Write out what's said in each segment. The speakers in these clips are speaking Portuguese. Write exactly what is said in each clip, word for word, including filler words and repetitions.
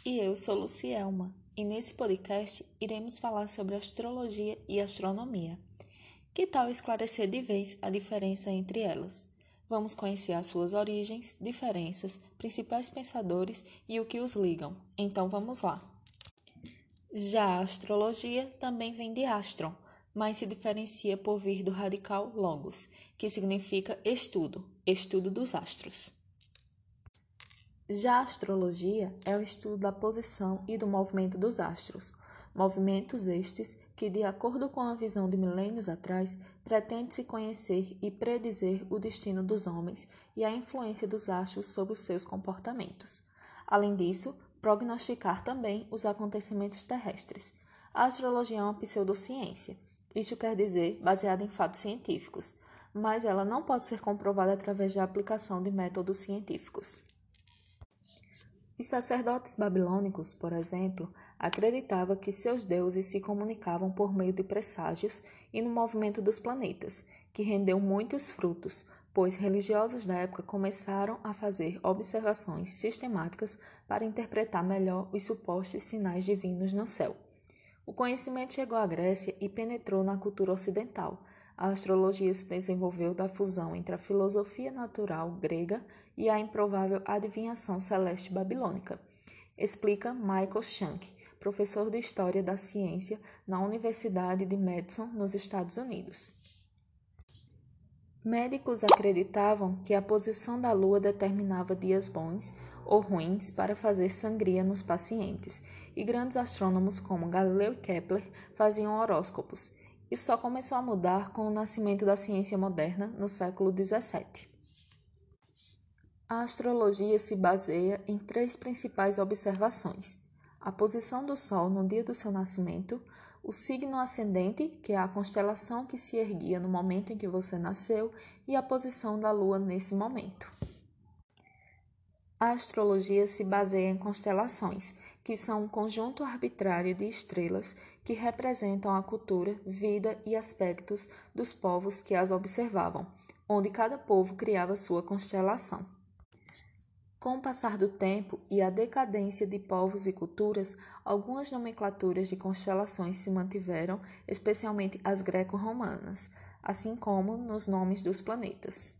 E eu sou Lucielma, e nesse podcast iremos falar sobre astrologia e astronomia. Que tal esclarecer de vez a diferença entre elas? Vamos conhecer as suas origens, diferenças, principais pensadores e o que os ligam. Então vamos lá. Já a astrologia também vem de astron, mas se diferencia por vir do radical logos, que significa estudo, estudo dos astros. Já a astrologia é o estudo da posição e do movimento dos astros, movimentos estes que, de acordo com a visão de milênios atrás, pretende-se conhecer e predizer o destino dos homens e a influência dos astros sobre os seus comportamentos. Além disso, prognosticar também os acontecimentos terrestres. A astrologia é uma pseudociência, isto quer dizer baseada em fatos científicos, mas ela não pode ser comprovada através da aplicação de métodos científicos. Os sacerdotes babilônicos, por exemplo, acreditavam que seus deuses se comunicavam por meio de presságios e no movimento dos planetas, que rendeu muitos frutos, pois religiosos da época começaram a fazer observações sistemáticas para interpretar melhor os supostos sinais divinos no céu. O conhecimento chegou à Grécia e penetrou na cultura ocidental. A astrologia se desenvolveu da fusão entre a filosofia natural grega e a improvável adivinhação celeste babilônica, explica Michael Shank, professor de História da Ciência na Universidade de Madison, nos Estados Unidos. Médicos acreditavam que a posição da lua determinava dias bons ou ruins para fazer sangria nos pacientes, e grandes astrônomos como Galileu e Kepler faziam horóscopos. Isso só começou a mudar com o nascimento da ciência moderna no século dezessete. A astrologia se baseia em três principais observações: a posição do Sol no dia do seu nascimento, o signo ascendente, que é a constelação que se erguia no momento em que você nasceu, e a posição da Lua nesse momento. A astrologia se baseia em constelações, que são um conjunto arbitrário de estrelas que representam a cultura, vida e aspectos dos povos que as observavam, onde cada povo criava sua constelação. Com o passar do tempo e a decadência de povos e culturas, algumas nomenclaturas de constelações se mantiveram, especialmente as greco-romanas, assim como nos nomes dos planetas.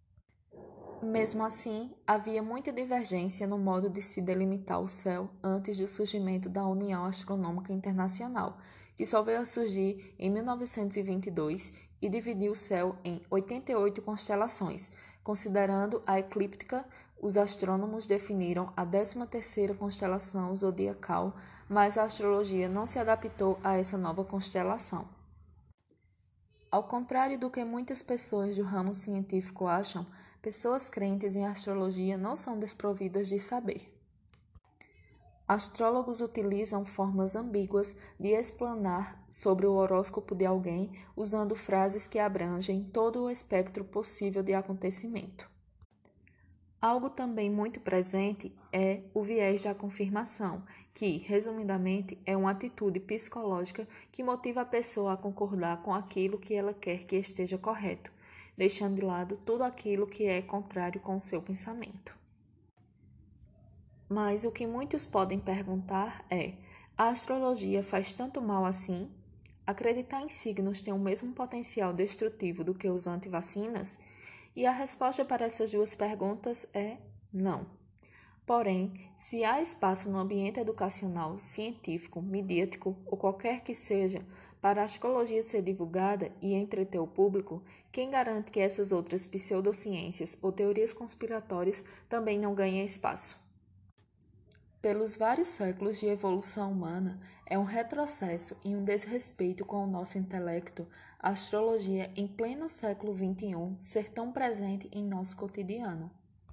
Mesmo assim, havia muita divergência no modo de se delimitar o céu antes do surgimento da União Astronômica Internacional, que só veio a surgir em mil novecentos e vinte e dois e dividiu o céu em oitenta e oito constelações. Considerando a eclíptica, os astrônomos definiram a décima terceira constelação zodiacal, mas a astrologia não se adaptou a essa nova constelação. Ao contrário do que muitas pessoas do ramo científico acham, pessoas crentes em astrologia não são desprovidas de saber. Astrólogos utilizam formas ambíguas de explanar sobre o horóscopo de alguém usando frases que abrangem todo o espectro possível de acontecimento. Algo também muito presente é o viés da confirmação, que, resumidamente, é uma atitude psicológica que motiva a pessoa a concordar com aquilo que ela quer que esteja correto, deixando de lado tudo aquilo que é contrário com o seu pensamento. Mas o que muitos podem perguntar é: a astrologia faz tanto mal assim? Acreditar em signos tem o mesmo potencial destrutivo do que os antivacinas? E a resposta para essas duas perguntas é não. Porém, se há espaço no ambiente educacional, científico, midiático ou qualquer que seja para a astrologia ser divulgada e entreter o público, quem garante que essas outras pseudociências ou teorias conspiratórias também não ganhem espaço? Pelos vários séculos de evolução humana, é um retrocesso e um desrespeito com o nosso intelecto a astrologia em pleno século vinte e um ser tão presente em nosso cotidiano.